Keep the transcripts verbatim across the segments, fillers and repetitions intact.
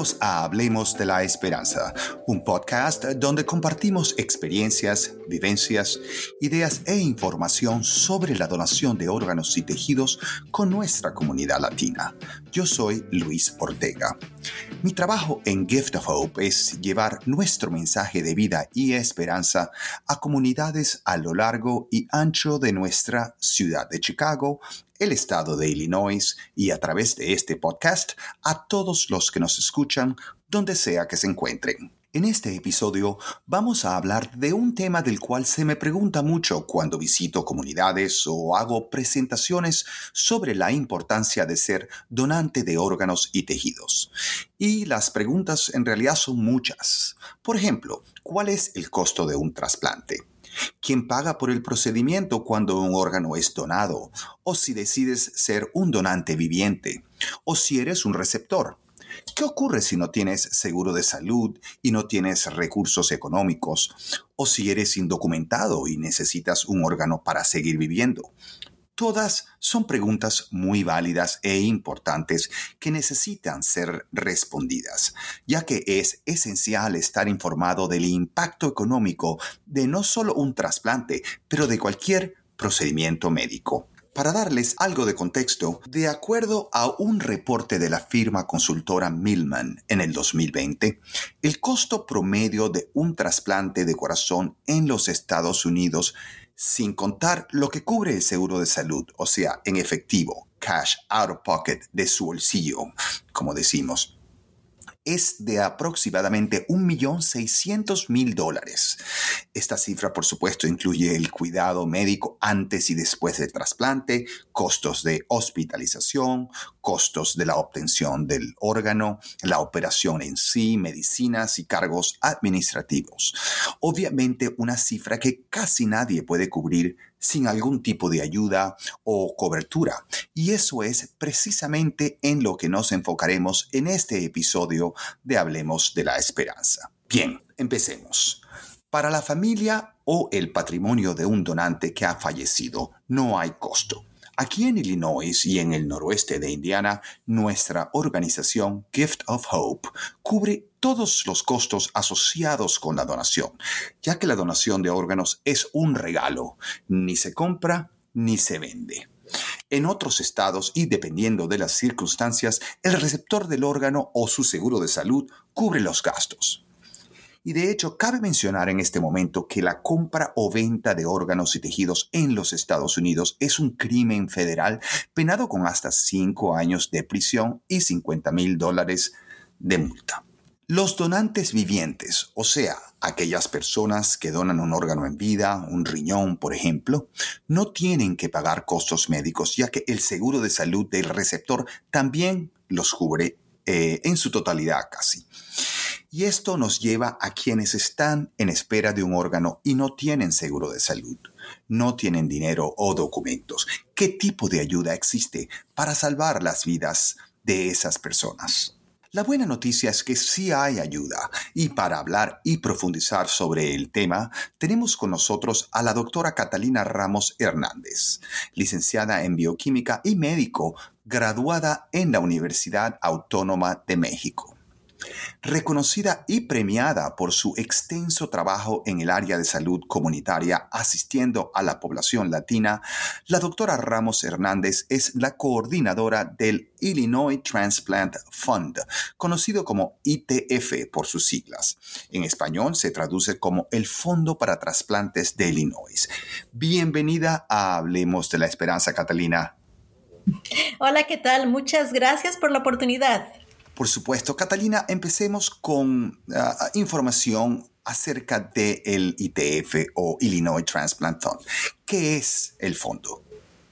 Bienvenidos a Hablemos de la Esperanza, un podcast donde compartimos experiencias, vivencias, ideas e información sobre la donación de órganos y tejidos con nuestra comunidad latina. Yo soy Luis Ortega. Mi trabajo en Gift of Hope es llevar nuestro mensaje de vida y esperanza a comunidades a lo largo y ancho de nuestra ciudad de Chicago, el estado de Illinois y a través de este podcast a todos los que nos escuchan donde sea que se encuentren. En este episodio vamos a hablar de un tema del cual se me pregunta mucho cuando visito comunidades o hago presentaciones sobre la importancia de ser donante de órganos y tejidos. Y las preguntas en realidad son muchas. Por ejemplo, ¿cuál es el costo de un trasplante? ¿Quién paga por el procedimiento cuando un órgano es donado? ¿O si decides ser un donante viviente? ¿O si eres un receptor? ¿Qué ocurre si no tienes seguro de salud y no tienes recursos económicos? ¿O si eres indocumentado y necesitas un órgano para seguir viviendo? Todas son preguntas muy válidas e importantes que necesitan ser respondidas, ya que es esencial estar informado del impacto económico de no solo un trasplante, pero de cualquier procedimiento médico. Para darles algo de contexto, de acuerdo a un reporte de la firma consultora Millman en el dos mil veinte, el costo promedio de un trasplante de corazón en los Estados Unidos, sin contar lo que cubre el seguro de salud, o sea, en efectivo, cash out of pocket de su bolsillo, como decimos, es de aproximadamente un millón seiscientos mil dólares. Esta cifra, por supuesto, incluye el cuidado médico antes y después del trasplante, costos de hospitalización, costos de la obtención del órgano, la operación en sí, medicinas y cargos administrativos. Obviamente, una cifra que casi nadie puede cubrir sin algún tipo de ayuda o cobertura. Y eso es precisamente en lo que nos enfocaremos en este episodio de Hablemos de la Esperanza. Bien, empecemos. Para la familia o el patrimonio de un donante que ha fallecido, no hay costo. Aquí en Illinois y en el noroeste de Indiana, nuestra organización Gift of Hope cubre todos los costos asociados con la donación, ya que la donación de órganos es un regalo, ni se compra ni se vende. En otros estados y dependiendo de las circunstancias, el receptor del órgano o su seguro de salud cubre los gastos. Y de hecho, cabe mencionar en este momento que la compra o venta de órganos y tejidos en los Estados Unidos es un crimen federal penado con hasta cinco años de prisión y cincuenta mil dólares de multa. Los donantes vivientes, o sea, aquellas personas que donan un órgano en vida, un riñón, por ejemplo, no tienen que pagar costos médicos, ya que el seguro de salud del receptor también los cubre eh, en su totalidad casi. Y esto nos lleva a quienes están en espera de un órgano y no tienen seguro de salud, no tienen dinero o documentos. ¿Qué tipo de ayuda existe para salvar las vidas de esas personas? La buena noticia es que sí hay ayuda, y para hablar y profundizar sobre el tema, tenemos con nosotros a la doctora Catalina Ramos Hernández, licenciada en bioquímica y médico, graduada en la Universidad Autónoma de México. Reconocida y premiada por su extenso trabajo en el área de salud comunitaria asistiendo a la población latina, la doctora Ramos Hernández es la coordinadora del Illinois Transplant Fund, conocido como I T F por sus siglas. En español se traduce como el Fondo para Trasplantes de Illinois. Bienvenida a Hablemos de la Esperanza, Catalina. Hola, ¿qué tal? Muchas gracias por la oportunidad. Por supuesto. Catalina, empecemos con uh, información acerca del I T F o Illinois Transplant Fund. ¿Qué es el fondo?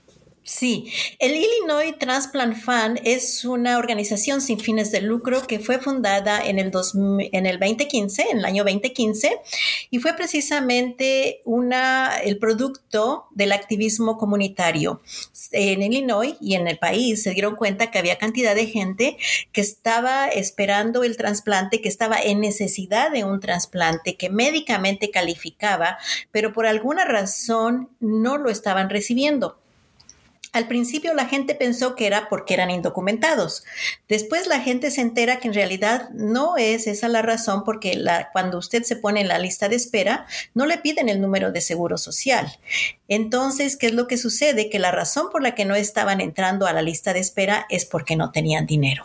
Sí, el Illinois Transplant Fund es una organización sin fines de lucro que fue fundada en el, dos, en el veinte quince, en el año veinte quince, y fue precisamente una, el producto del activismo comunitario. En Illinois y en el país se dieron cuenta que había cantidad de gente que estaba esperando el trasplante, que estaba en necesidad de un trasplante, que médicamente calificaba, pero por alguna razón no lo estaban recibiendo. Al principio la gente pensó que era porque eran indocumentados. Después la gente se entera que en realidad no es esa la razón, porque la, cuando usted se pone en la lista de espera, no le piden el número de seguro social. Entonces, ¿qué es lo que sucede? Que la razón por la que no estaban entrando a la lista de espera es porque no tenían dinero.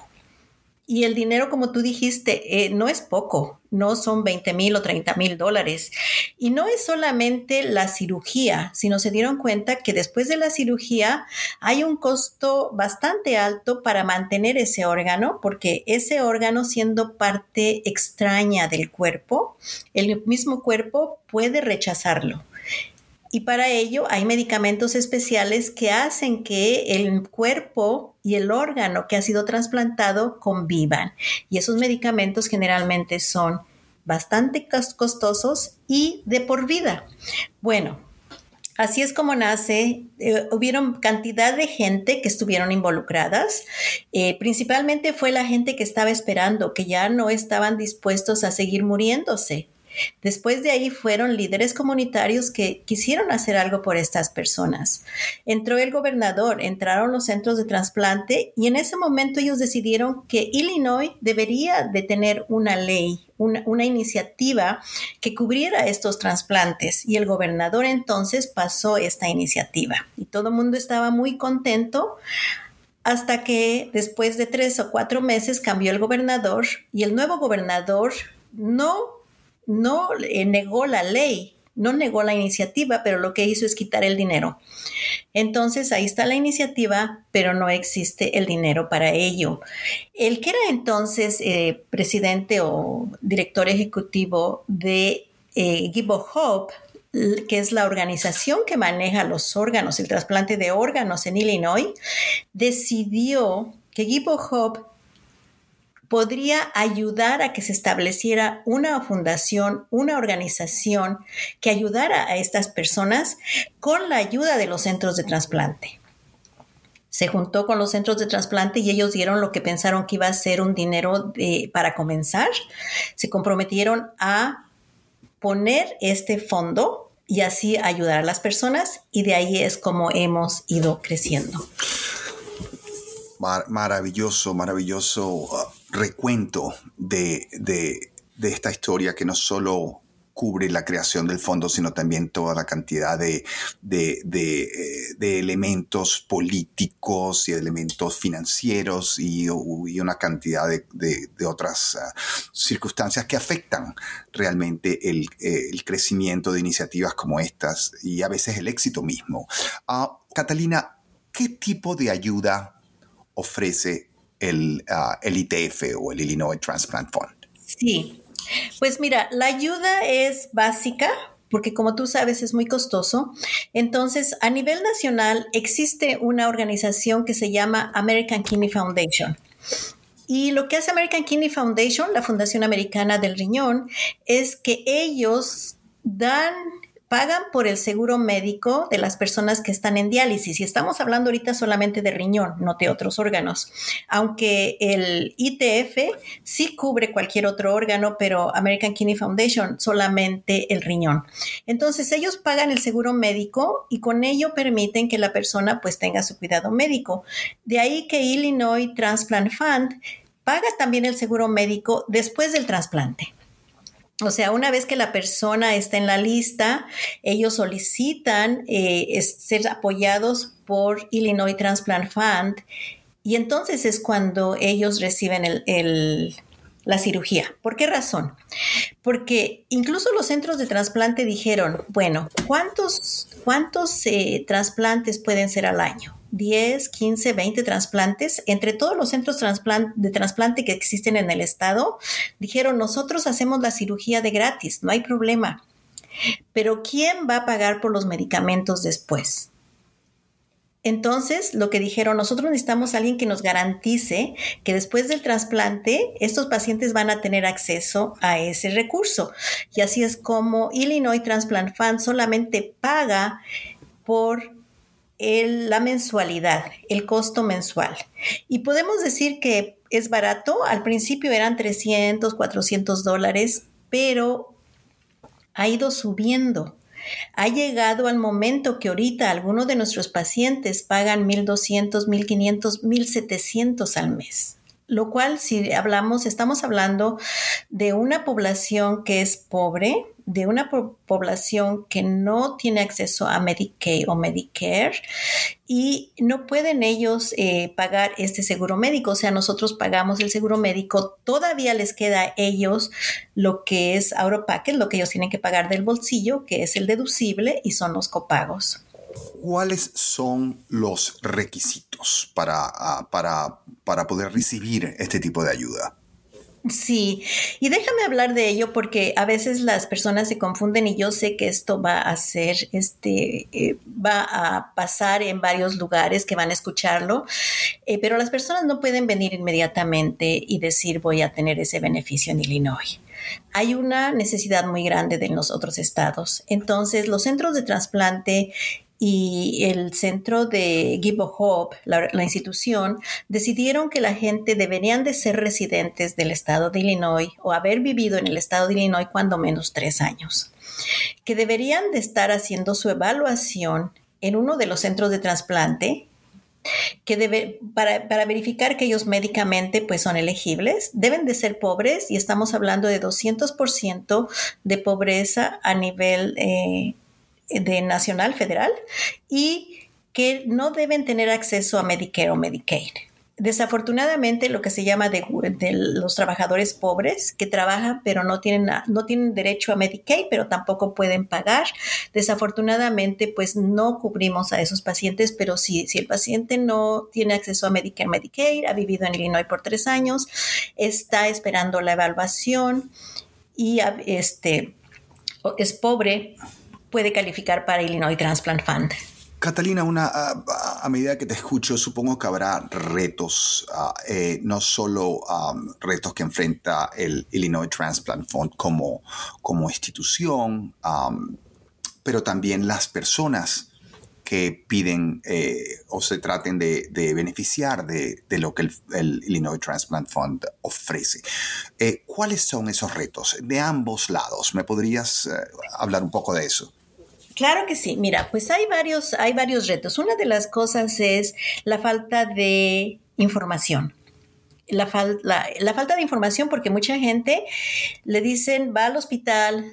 Y el dinero, como tú dijiste, eh, no es poco, no son veinte mil o treinta mil dólares. Y no es solamente la cirugía, sino se dieron cuenta que después de la cirugía hay un costo bastante alto para mantener ese órgano, porque ese órgano, siendo parte extraña del cuerpo, el mismo cuerpo puede rechazarlo. Y para ello hay medicamentos especiales que hacen que el cuerpo y el órgano que ha sido trasplantado convivan. Y esos medicamentos generalmente son bastante costosos y de por vida. Bueno, así es como nace. Eh, hubieron cantidad de gente que estuvieron involucradas. Eh, principalmente fue la gente que estaba esperando, que ya no estaban dispuestos a seguir muriéndose. Después de ahí fueron líderes comunitarios que quisieron hacer algo por estas personas. Entró el gobernador, entraron los centros de trasplante y en ese momento ellos decidieron que Illinois debería de tener una ley, una, una iniciativa que cubriera estos trasplantes, y el gobernador entonces pasó esta iniciativa y todo el mundo estaba muy contento. Hasta que después de tres o cuatro meses cambió el gobernador y el nuevo gobernador no no eh, negó la ley, no negó la iniciativa, pero lo que hizo es quitar el dinero. Entonces, ahí está la iniciativa, pero no existe el dinero para ello. El que era entonces eh, presidente o director ejecutivo de eh, Give Hope, que es la organización que maneja los órganos, el trasplante de órganos en Illinois, decidió que Give Hope podría ayudar a que se estableciera una fundación, una organización que ayudara a estas personas con la ayuda de los centros de trasplante. Se juntó con los centros de trasplante y ellos dieron lo que pensaron que iba a ser un dinero de, para comenzar. Se comprometieron a poner este fondo y así ayudar a las personas, y de ahí es como hemos ido creciendo. Mar- maravilloso, maravilloso uh, recuento de, de, de esta historia que no solo cubre la creación del fondo, sino también toda la cantidad de, de, de, de elementos políticos y elementos financieros y, y una cantidad de, de, de otras uh, circunstancias que afectan realmente el, el crecimiento de iniciativas como estas y a veces el éxito mismo. Uh, Catalina, ¿qué tipo de ayuda ofrece el, uh, el I T F o el Illinois Transplant Fund? Sí, pues mira, la ayuda es básica porque, como tú sabes, es muy costoso. Entonces, a nivel nacional existe una organización que se llama American Kidney Foundation. Y lo que hace American Kidney Foundation, la Fundación Americana del Riñón, es que ellos dan... pagan por el seguro médico de las personas que están en diálisis. Y estamos hablando ahorita solamente de riñón, no de otros órganos. Aunque el I T F sí cubre cualquier otro órgano, pero American Kidney Foundation solamente el riñón. Entonces ellos pagan el seguro médico y con ello permiten que la persona pues tenga su cuidado médico. De ahí que Illinois Transplant Fund paga también el seguro médico después del trasplante. O sea, una vez que la persona está en la lista, ellos solicitan eh, ser apoyados por Illinois Transplant Fund y entonces es cuando ellos reciben el, el, la cirugía. ¿Por qué razón? Porque incluso los centros de trasplante dijeron, bueno, ¿cuántos, cuántos eh, trasplantes pueden ser al año? diez, quince, veinte trasplantes. Entre todos los centros de trasplante que existen en el estado, dijeron, nosotros hacemos la cirugía de gratis, no hay problema. Pero ¿quién va a pagar por los medicamentos después? Entonces, lo que dijeron, nosotros necesitamos a alguien que nos garantice que después del trasplante, estos pacientes van a tener acceso a ese recurso. Y así es como Illinois Transplant Fund solamente paga por El, la mensualidad, el costo mensual. Y podemos decir que es barato. Al principio eran trescientos, cuatrocientos dólares, pero ha ido subiendo. Ha llegado al momento que ahorita algunos de nuestros pacientes pagan mil doscientos, mil quinientos, mil setecientos al mes. Lo cual, si hablamos, estamos hablando de una población que es pobre, de una po- población que no tiene acceso a Medicaid o Medicare y no pueden ellos eh, pagar este seguro médico. O sea, nosotros pagamos el seguro médico, todavía les queda a ellos lo que es out of pocket, lo que ellos tienen que pagar del bolsillo, que es el deducible y son los copagos. ¿Cuáles son los requisitos para, uh, para, para poder recibir este tipo de ayuda? Sí, y déjame hablar de ello porque a veces las personas se confunden y yo sé que esto va a ser, este, eh, va a pasar en varios lugares que van a escucharlo, eh, pero las personas no pueden venir inmediatamente y decir voy a tener ese beneficio en Illinois. Hay una necesidad muy grande de los otros estados. Entonces, los centros de trasplante y el centro de Give Hope, la, la institución, decidieron que la gente deberían de ser residentes del estado de Illinois o haber vivido en el estado de Illinois cuando menos tres años, que deberían de estar haciendo su evaluación en uno de los centros de trasplante que debe, para, para verificar que ellos médicamente pues son elegibles, deben de ser pobres y estamos hablando de doscientos por ciento de pobreza a nivel eh, de nacional, federal, y que no deben tener acceso a Medicare o Medicaid. Desafortunadamente, lo que se llama de, de los trabajadores pobres que trabajan pero no tienen, no tienen derecho a Medicaid, pero tampoco pueden pagar. Desafortunadamente, pues no cubrimos a esos pacientes, pero si, si el paciente no tiene acceso a Medicare, Medicaid, ha vivido en Illinois por tres años, está esperando la evaluación y este, es pobre, puede calificar para Illinois Transplant Fund. Catalina, una, a, a medida que te escucho, supongo que habrá retos, uh, eh, no solo um, retos que enfrenta el Illinois Transplant Fund como, como institución, um, pero también las personas que piden eh, o se traten de, de beneficiar de, de lo que el, el Illinois Transplant Fund ofrece. Eh, ¿Cuáles son esos retos de ambos lados? ¿Me podrías eh, hablar un poco de eso? Claro que sí. Mira, pues hay varios, hay varios retos. Una de las cosas es la falta de información. La, fal- la, la falta de información porque mucha gente le dicen va al hospital,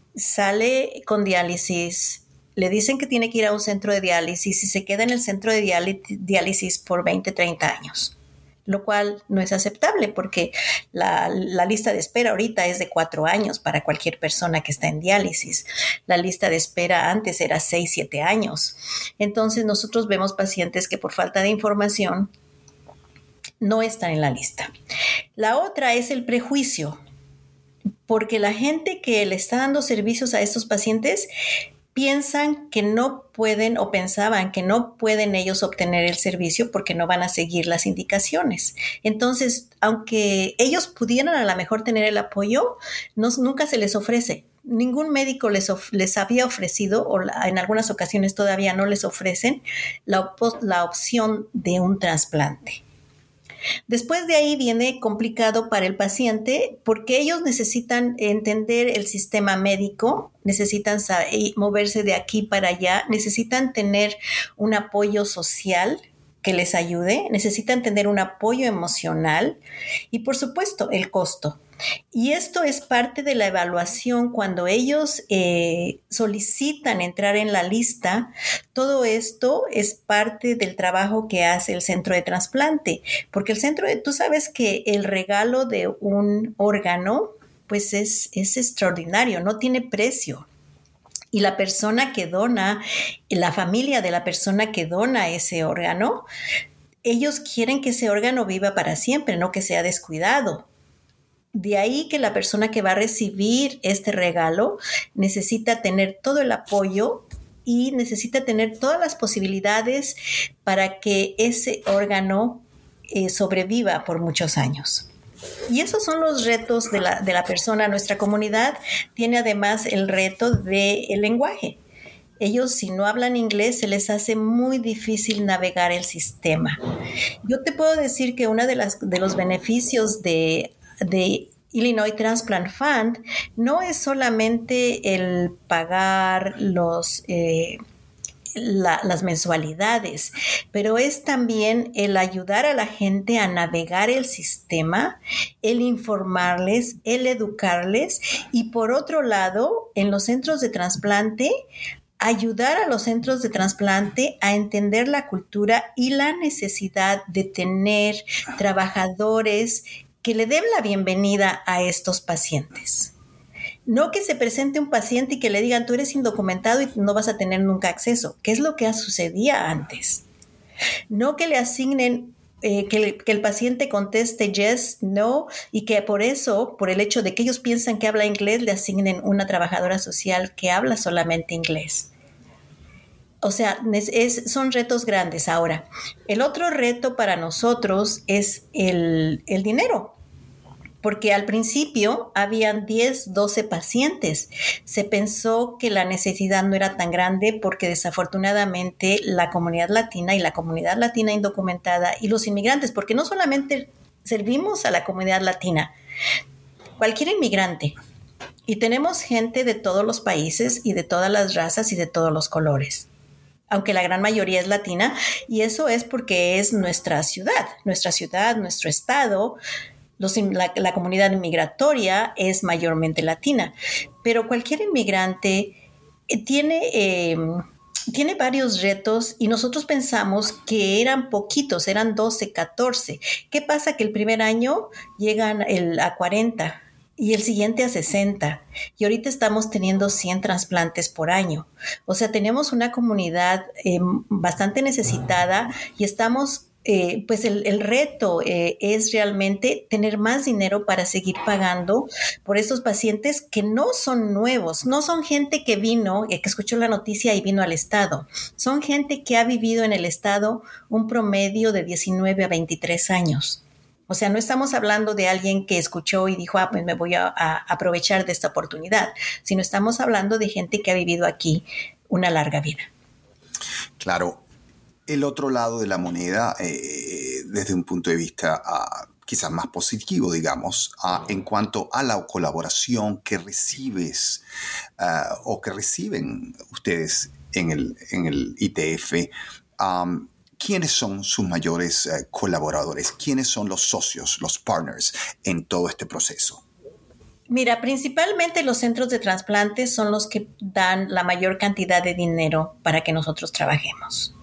sale con diálisis, le dicen que tiene que ir a un centro de diálisis y se queda en el centro de diálisis, diálisis por veinte, treinta años. Lo cual no es aceptable porque la, la lista de espera ahorita es de cuatro años para cualquier persona que está en diálisis. La lista de espera antes era seis, siete años. Entonces nosotros vemos pacientes que por falta de información no están en la lista. La otra es el prejuicio, porque la gente que le está dando servicios a estos pacientes piensan que no pueden o pensaban que no pueden ellos obtener el servicio porque no van a seguir las indicaciones. Entonces, aunque ellos pudieran a lo mejor tener el apoyo, no, nunca se les ofrece. Ningún médico les, of, les había ofrecido, o la, en algunas ocasiones todavía no les ofrecen, la, op, la opción de un trasplante. Después de ahí viene complicado para el paciente porque ellos necesitan entender el sistema médico, necesitan moverse de aquí para allá, necesitan tener un apoyo social que les ayude, necesitan tener un apoyo emocional y, por supuesto, el costo. Y esto es parte de la evaluación cuando ellos eh, solicitan entrar en la lista. Todo esto es parte del trabajo que hace el centro de trasplante, porque el centro de, tú sabes que el regalo de un órgano pues es, es extraordinario, no tiene precio. Y la persona que dona, la familia de la persona que dona ese órgano, ellos quieren que ese órgano viva para siempre, no que sea descuidado. De ahí que la persona que va a recibir este regalo necesita tener todo el apoyo y necesita tener todas las posibilidades para que ese órgano eh, sobreviva por muchos años. Y esos son los retos de la, de la persona. Nuestra comunidad tiene además el reto del lenguaje. Ellos, si no hablan inglés, se les hace muy difícil navegar el sistema. Yo te puedo decir que uno de, las, de los beneficios de, de Illinois Transplant Fund no es solamente el pagar los... Eh, La, las mensualidades, pero es también el ayudar a la gente a navegar el sistema, el informarles, el educarles y por otro lado, en los centros de trasplante, ayudar a los centros de trasplante a entender la cultura y la necesidad de tener trabajadores que le den la bienvenida a estos pacientes. No que se presente un paciente y que le digan, tú eres indocumentado y no vas a tener nunca acceso, que es lo que sucedía antes. No que le asignen, eh, que, le, que el paciente conteste yes, no, y que por eso, por el hecho de que ellos piensan que habla inglés, le asignen una trabajadora social que habla solamente inglés. O sea, es, es, son retos grandes. Ahora, el otro reto para nosotros es el, el dinero. Porque al principio habían diez, doce pacientes. Se pensó que la necesidad no era tan grande porque desafortunadamente la comunidad latina y la comunidad latina indocumentada y los inmigrantes, porque no solamente servimos a la comunidad latina, cualquier inmigrante. Y tenemos gente de todos los países y de todas las razas y de todos los colores. Aunque la gran mayoría es latina, y eso es porque es nuestra ciudad, nuestra ciudad, nuestro estado. Los, la, la comunidad inmigratoria es mayormente latina, pero cualquier inmigrante eh, tiene, eh, tiene varios retos y nosotros pensamos que eran poquitos, eran doce, catorce. ¿Qué pasa? Que el primer año llegan el, a cuarenta y el siguiente a sesenta y ahorita estamos teniendo cien trasplantes por año. O sea, tenemos una comunidad eh, bastante necesitada y estamos... Eh, pues el, el reto eh, es realmente tener más dinero para seguir pagando por estos pacientes que no son nuevos, no son gente que vino, eh, que escuchó la noticia y vino al estado, son gente que ha vivido en el estado un promedio de diecinueve a veintitrés años. O sea, no estamos hablando de alguien que escuchó y dijo, ah, pues me voy a, a aprovechar de esta oportunidad, sino estamos hablando de gente que ha vivido aquí una larga vida. Claro. El otro lado de la moneda, eh, desde un punto de vista uh, quizás más positivo, digamos, uh, en cuanto a la colaboración que recibes uh, o que reciben ustedes en el, en el I T F, um, ¿quiénes son sus mayores uh, colaboradores? ¿Quiénes son los socios, los partners en todo este proceso? Mira, principalmente los centros de trasplantes son los que dan la mayor cantidad de dinero para que nosotros trabajemos.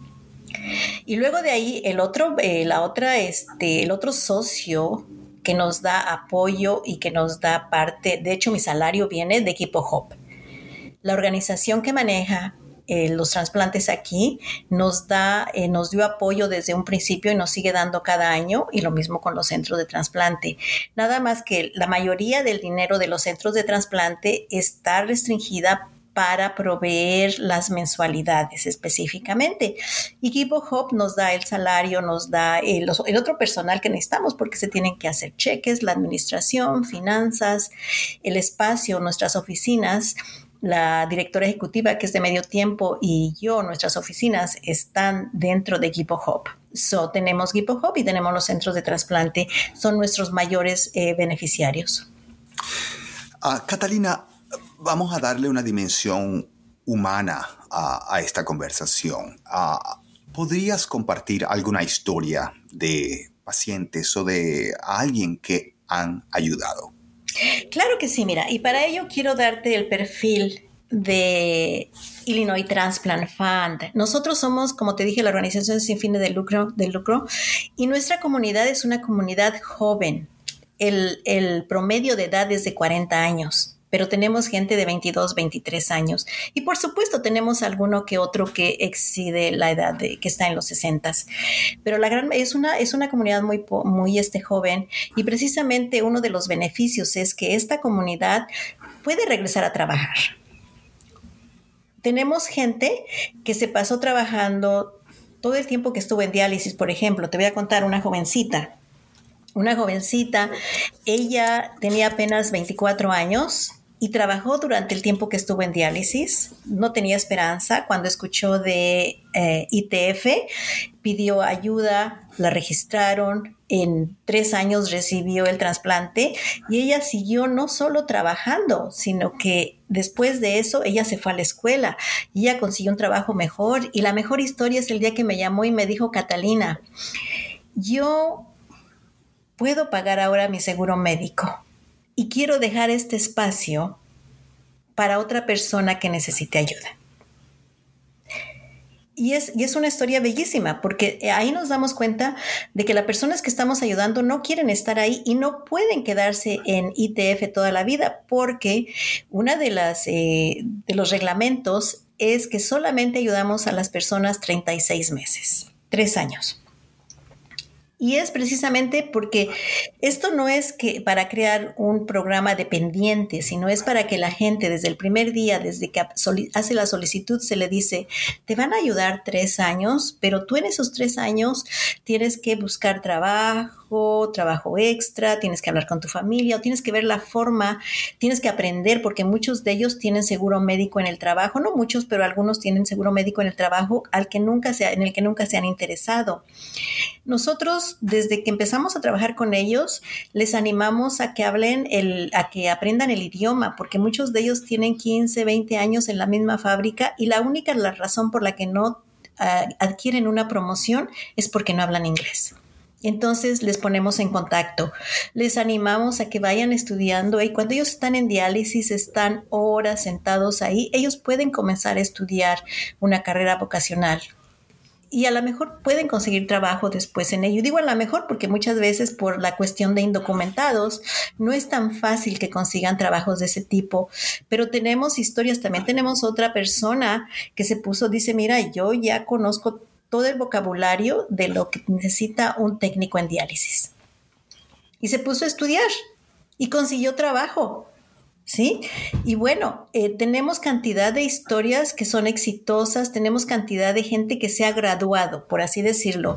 Y luego de ahí el otro, eh, la otra, este, el otro socio que nos da apoyo y que nos da parte, de hecho mi salario viene de Equipo Hope. La organización que maneja eh, los trasplantes aquí nos da, eh, nos dio apoyo desde un principio y nos sigue dando cada año, y lo mismo con los centros de trasplante. Nada más que la mayoría del dinero de los centros de trasplante está restringida para proveer las mensualidades específicamente. Y Equipo Hope nos da el salario, nos da el, el otro personal que necesitamos porque se tienen que hacer cheques, la administración, finanzas, el espacio, nuestras oficinas. La directora ejecutiva, que es de medio tiempo, y yo, nuestras oficinas están dentro de Equipo Hope. So, tenemos Equipo Hope y tenemos los centros de trasplante. Son nuestros mayores eh, beneficiarios. Uh, Catalina, vamos a darle una dimensión humana a, a esta conversación. Uh, ¿Podrías compartir alguna historia de pacientes o de alguien que han ayudado? Claro que sí, mira, y para ello quiero darte el perfil de Illinois Transplant Fund. Nosotros somos, como te dije, la organización sin fines de lucro, de lucro y nuestra comunidad es una comunidad joven. El, el promedio de edad es de cuarenta años. Pero tenemos gente de veintidós, veintitrés años. Y por supuesto tenemos alguno que otro que excede la edad de, que está en los sesentas. Pero la gran, es, una, es una comunidad muy, muy este, joven y precisamente uno de los beneficios es que esta comunidad puede regresar a trabajar. Tenemos gente que se pasó trabajando todo el tiempo que estuvo en diálisis, por ejemplo. Te voy a contar una jovencita. Una jovencita, ella tenía apenas veinticuatro años. y trabajó durante el tiempo que estuvo en diálisis. No tenía esperanza. Cuando escuchó de eh, I T F, pidió ayuda, la registraron. En tres años recibió el trasplante y ella siguió no solo trabajando, sino que después de eso ella se fue a la escuela y ella consiguió un trabajo mejor. Y la mejor historia es el día que me llamó y me dijo: Catalina, yo puedo pagar ahora mi seguro médico y quiero dejar este espacio para otra persona que necesite ayuda. Y es, y es una historia bellísima, porque ahí nos damos cuenta de que las personas que estamos ayudando no quieren estar ahí y no pueden quedarse en I T F toda la vida, porque una de las eh, de los reglamentos es que solamente ayudamos a las personas treinta y seis meses, tres años. Y es precisamente porque esto no es que para crear un programa dependiente, sino es para que la gente desde el primer día, desde que hace la solicitud, se le dice: te van a ayudar tres años, pero tú en esos tres años tienes que buscar trabajo, trabajo extra, tienes que hablar con tu familia, o tienes que ver la forma, tienes que aprender, porque muchos de ellos tienen seguro médico en el trabajo, no muchos, pero algunos tienen seguro médico en el trabajo al que nunca se, en el que nunca se han interesado. Nosotros, desde que empezamos a trabajar con ellos, les animamos a que hablen, el, a que aprendan el idioma, porque muchos de ellos tienen quince, veinte años en la misma fábrica y la única la razón por la que no uh, adquieren una promoción es porque no hablan inglés. Entonces les ponemos en contacto, les animamos a que vayan estudiando y cuando ellos están en diálisis, están horas sentados ahí, ellos pueden comenzar a estudiar una carrera vocacional. Y a lo mejor pueden conseguir trabajo después en ello. Digo a lo mejor porque muchas veces por la cuestión de indocumentados no es tan fácil que consigan trabajos de ese tipo. Pero tenemos historias, también tenemos otra persona que se puso, dice: mira, yo ya conozco todo el vocabulario de lo que necesita un técnico en diálisis. Y se puso a estudiar y consiguió trabajo. ¿Sí? Y bueno, eh, tenemos cantidad de historias que son exitosas, tenemos cantidad de gente que se ha graduado, por así decirlo,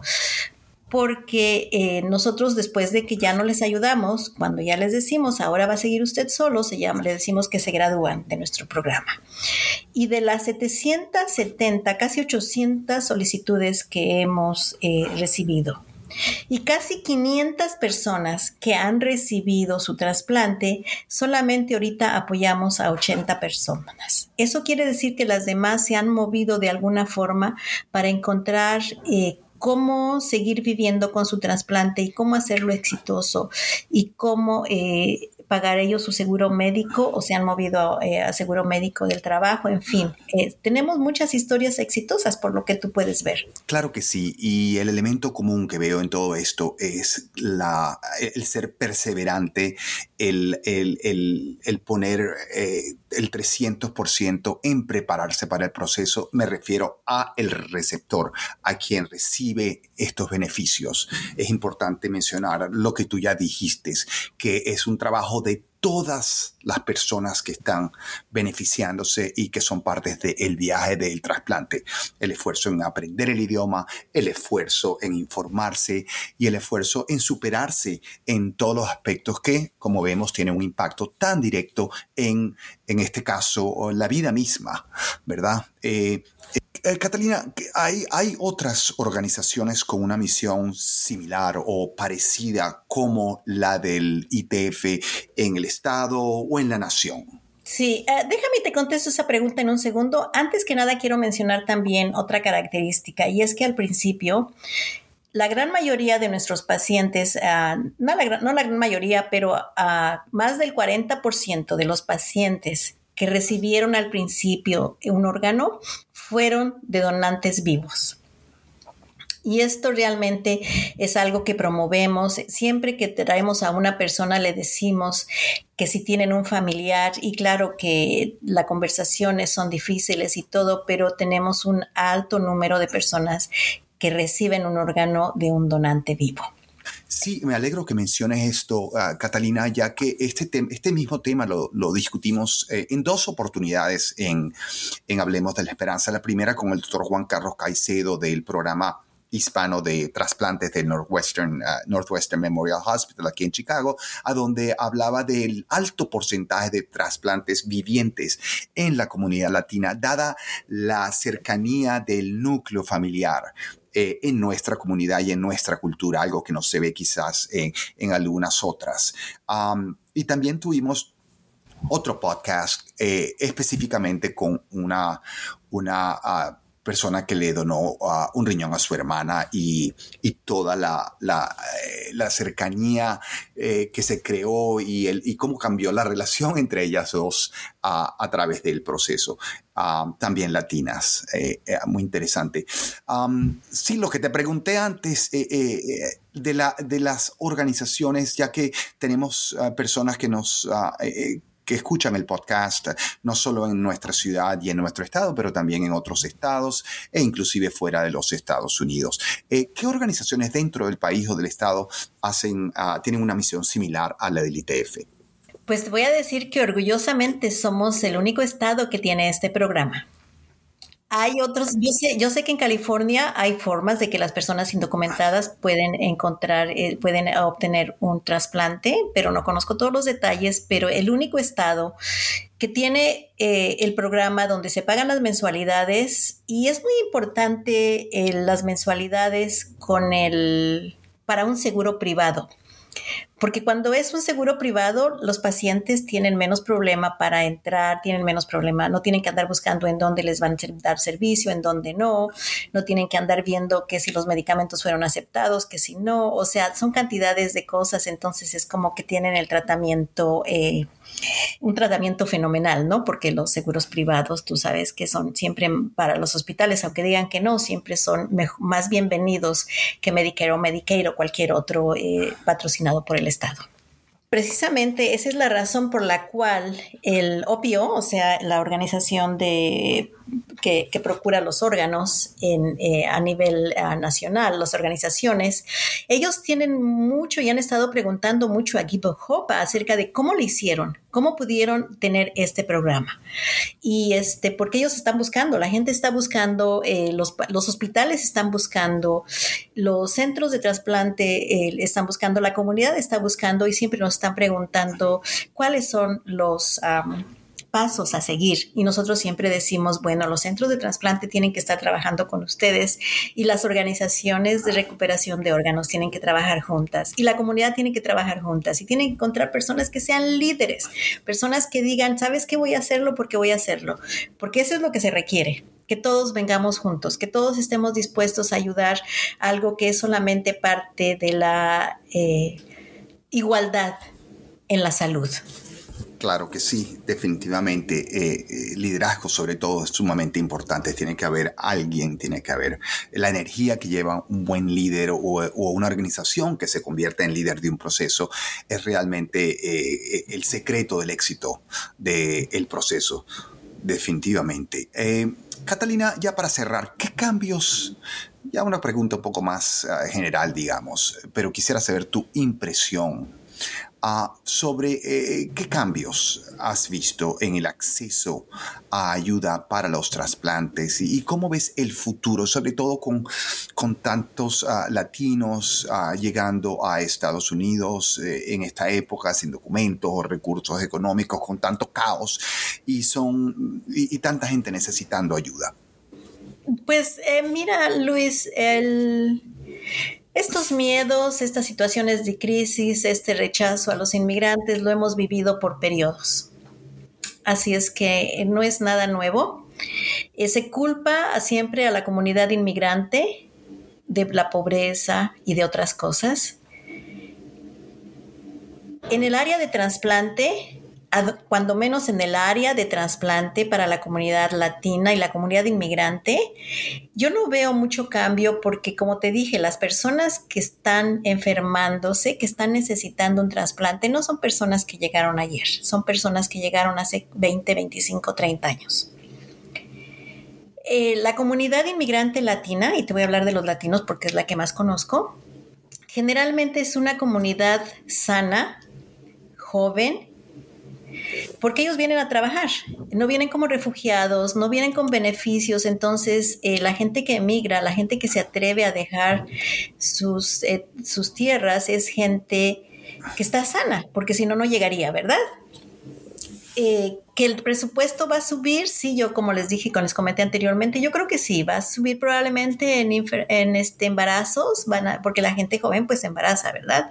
porque eh, nosotros después de que ya no les ayudamos, cuando ya les decimos, ahora va a seguir usted solo, se llama, le decimos que se gradúan de nuestro programa. Y de las setecientas setenta, casi ochocientas solicitudes que hemos eh, recibido, y casi quinientas personas que han recibido su trasplante, solamente ahorita apoyamos a ochenta personas. Eso quiere decir que las demás se han movido de alguna forma para encontrar eh, cómo seguir viviendo con su trasplante y cómo hacerlo exitoso y cómo eh, pagar ellos su seguro médico o se han movido eh, a seguro médico del trabajo, en fin. Eh, tenemos muchas historias exitosas por lo que tú puedes ver. Claro que sí, y el elemento común que veo en todo esto es la, el ser perseverante, el, el, el, el poner eh, el trescientos por ciento en prepararse para el proceso. Me refiero a el receptor, a quien recibe estos beneficios. Es importante mencionar lo que tú ya dijiste, que es un trabajo de todas las personas que están beneficiándose y que son partes del viaje del trasplante. El esfuerzo en aprender el idioma, el esfuerzo en informarse y el esfuerzo en superarse en todos los aspectos que, como vemos, tienen un impacto tan directo en, en este caso, la vida misma, ¿verdad? Eh, Eh, Catalina, ¿hay, ¿hay otras organizaciones con una misión similar o parecida como la del I T F en el estado o en la nación? Sí, uh, déjame te contesto esa pregunta en un segundo. Antes que nada quiero mencionar también otra característica, y es que al principio la gran mayoría de nuestros pacientes, uh, no, la, no la gran mayoría, pero uh, más del cuarenta por ciento de los pacientes que recibieron al principio un órgano fueron de donantes vivos. Y esto realmente es algo que promovemos. Siempre que traemos a una persona le decimos que si tienen un familiar, y claro que las conversaciones son difíciles y todo, pero tenemos un alto número de personas que reciben un órgano de un donante vivo. Sí, me alegro que menciones esto, uh, Catalina, ya que este, te- este mismo tema lo, lo discutimos eh, en dos oportunidades en, en Hablemos de la Esperanza. La primera con el doctor Juan Carlos Caicedo del programa hispano de trasplantes del Northwestern, uh, Northwestern Memorial Hospital aquí en Chicago, a donde hablaba del alto porcentaje de trasplantes vivientes en la comunidad latina, dada la cercanía del núcleo familiar eh, en nuestra comunidad y en nuestra cultura, algo que no se ve quizás en, en algunas otras. Um, y también tuvimos otro podcast eh, específicamente con una, una uh, persona que le donó uh, un riñón a su hermana y, y toda la, la, eh, la cercanía eh, que se creó y, el, y cómo cambió la relación entre ellas dos uh, a través del proceso. Uh, también latinas, eh, eh, muy interesante. Um, sí, lo que te pregunté antes eh, eh, de, la, de las organizaciones, ya que tenemos uh, personas que nos... Uh, eh, que escuchan el podcast, no solo en nuestra ciudad y en nuestro estado, pero también en otros estados e inclusive fuera de los Estados Unidos. Eh, ¿Qué organizaciones dentro del país o del estado hacen, uh, tienen una misión similar a la del I T F? Pues te voy a decir que orgullosamente somos el único estado que tiene este programa. Hay otros, yo sé, yo sé que en California hay formas de que las personas indocumentadas pueden encontrar, eh, pueden obtener un trasplante, pero no conozco todos los detalles, pero el único estado que tiene eh, el programa donde se pagan las mensualidades, y es muy importante eh, las mensualidades con el, para un seguro privado. Porque cuando es un seguro privado, los pacientes tienen menos problema para entrar, tienen menos problema, no tienen que andar buscando en dónde les van a dar servicio, en dónde no, no tienen que andar viendo que si los medicamentos fueron aceptados, que si no, o sea, son cantidades de cosas, entonces es como que tienen el tratamiento, eh, un tratamiento fenomenal, ¿no? Porque los seguros privados, tú sabes que son siempre para los hospitales, aunque digan que no, siempre son mejor, más bienvenidos que Medicare o Medicaid o cualquier otro eh, patrocinado por el Estado. Precisamente esa es la razón por la cual el O P O, o sea, la organización de, que, que procura los órganos en, eh, a nivel uh, nacional, las organizaciones, ellos tienen mucho y han estado preguntando mucho a Give Hope acerca de cómo lo hicieron, cómo pudieron tener este programa. Y este, porque ellos están buscando, la gente está buscando, eh, los, los hospitales están buscando, los centros de trasplante eh, están buscando, la comunidad está buscando y siempre nos están preguntando cuáles son los um, pasos a seguir. Y nosotros siempre decimos, bueno, los centros de trasplante tienen que estar trabajando con ustedes y las organizaciones de recuperación de órganos tienen que trabajar juntas y la comunidad tiene que trabajar juntas y tienen que encontrar personas que sean líderes, personas que digan, ¿sabes qué? Voy a hacerlo porque voy a hacerlo, porque eso es lo que se requiere. Que todos vengamos juntos, que todos estemos dispuestos a ayudar a algo que es solamente parte de la eh, igualdad en la salud. Claro que sí, definitivamente. Eh, eh, liderazgo sobre todo es sumamente importante. Tiene que haber alguien, tiene que haber la energía que lleva un buen líder o, o una organización que se convierta en líder de un proceso. Es realmente eh, el secreto del éxito del proceso, definitivamente. Eh, Catalina, ya para cerrar, ¿qué cambios? Ya una pregunta un poco más uh, general, digamos, pero quisiera saber tu impresión Uh, sobre eh, qué cambios has visto en el acceso a ayuda para los trasplantes y, y cómo ves el futuro, sobre todo con, con tantos uh, latinos uh, llegando a Estados Unidos eh, en esta época sin documentos o recursos económicos, con tanto caos y, son, y, y tanta gente necesitando ayuda. Pues eh, mira, Luis, el... estos miedos, estas situaciones de crisis, este rechazo a los inmigrantes lo hemos vivido por periodos. Así es que no es nada nuevo. Eh, se culpa siempre a la comunidad inmigrante de la pobreza y de otras cosas. En el área de trasplante, cuando menos en el área de trasplante para la comunidad latina y la comunidad inmigrante, yo no veo mucho cambio porque, como te dije, las personas que están enfermándose, que están necesitando un trasplante, no son personas que llegaron ayer, son personas que llegaron hace veinte, veinticinco, treinta años. Eh, la comunidad inmigrante latina, y te voy a hablar de los latinos porque es la que más conozco, generalmente es una comunidad sana, joven, porque ellos vienen a trabajar, no vienen como refugiados, no vienen con beneficios. Entonces eh, la gente que emigra, la gente que se atreve a dejar sus, eh, sus tierras es gente que está sana, porque si no, no llegaría, ¿verdad? Eh, que el presupuesto va a subir, sí, yo como les dije, como les comenté anteriormente, yo creo que sí, va a subir probablemente en, infer- en este, embarazos, van a, porque la gente joven pues se embaraza, ¿verdad?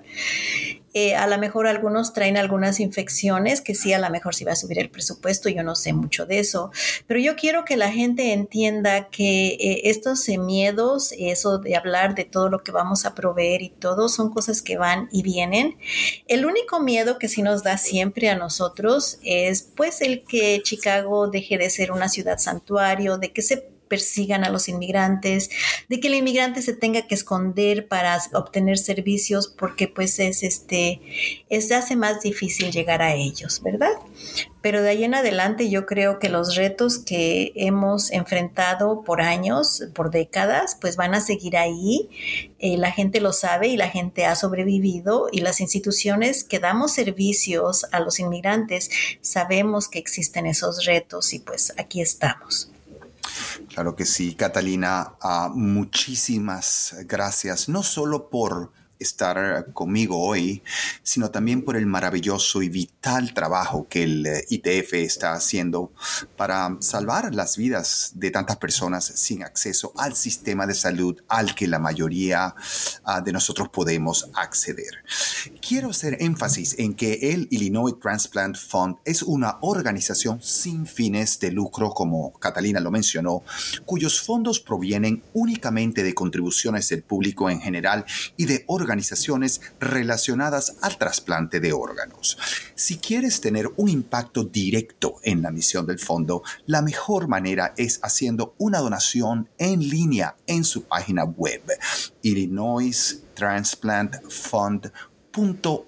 Eh, a lo mejor algunos traen algunas infecciones que sí, a lo mejor sí va a subir el presupuesto, yo no sé mucho de eso, pero yo quiero que la gente entienda que eh, estos eh, miedos, eso de hablar de todo lo que vamos a proveer y todo, son cosas que van y vienen. El único miedo que sí nos da siempre a nosotros es pues el que Chicago deje de ser una ciudad santuario, de que se persigan a los inmigrantes, de que el inmigrante se tenga que esconder para obtener servicios porque pues es este, es hace más difícil llegar a ellos, ¿verdad? Pero de ahí en adelante yo creo que los retos que hemos enfrentado por años, por décadas, pues van a seguir ahí. Eh, la gente lo sabe y la gente ha sobrevivido y las instituciones que damos servicios a los inmigrantes sabemos que existen esos retos y pues aquí estamos. Claro que sí, Catalina. Uh, muchísimas gracias, no solo por estar conmigo hoy, sino también por el maravilloso y vital trabajo que el I T F está haciendo para salvar las vidas de tantas personas sin acceso al sistema de salud al que la mayoría uh, de nosotros podemos acceder. Quiero hacer énfasis en que el Illinois Transplant Fund es una organización sin fines de lucro, como Catalina lo mencionó, cuyos fondos provienen únicamente de contribuciones del público en general y de organizaciones relacionadas al trasplante de órganos. Si quieres tener un impacto directo en la misión del fondo, la mejor manera es haciendo una donación en línea en su página web, illinois transplant fund punto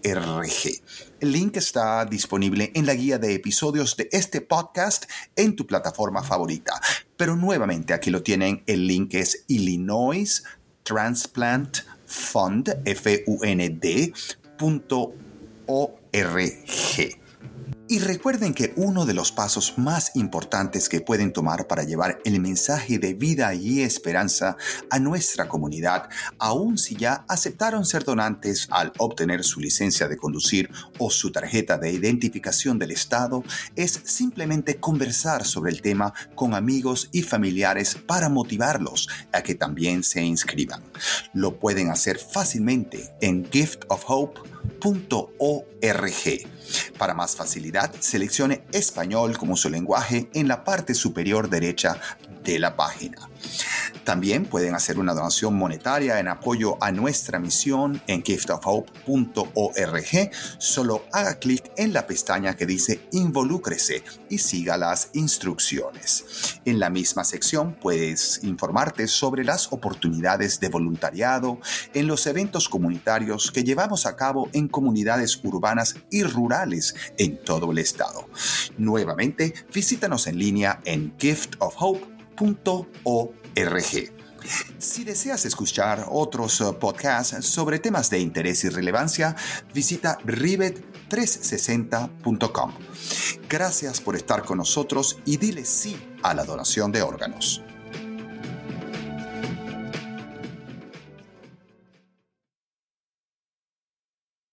org. El link está disponible en la guía de episodios de este podcast en tu plataforma favorita. Pero nuevamente aquí lo tienen, el link es Illinois Transplant Fund, F U N D, punto org. Y recuerden que uno de los pasos más importantes que pueden tomar para llevar el mensaje de vida y esperanza a nuestra comunidad, aun si ya aceptaron ser donantes al obtener su licencia de conducir o su tarjeta de identificación del Estado, es simplemente conversar sobre el tema con amigos y familiares para motivarlos a que también se inscriban. Lo pueden hacer fácilmente en gift of hope punto org. Para más facilidad, seleccione español como su lenguaje en la parte superior derecha de la página. También pueden hacer una donación monetaria en apoyo a nuestra misión en gift of hope punto org. Solo haga clic en la pestaña que dice Involúcrese y siga las instrucciones. En la misma sección puedes informarte sobre las oportunidades de voluntariado en los eventos comunitarios que llevamos a cabo en comunidades urbanas y rurales en todo el estado. Nuevamente, visítanos en línea en gift of hope punto org. Si deseas escuchar otros podcasts sobre temas de interés y relevancia, visita rivet trescientos sesenta punto com. Gracias por estar con nosotros y dile sí a la donación de órganos.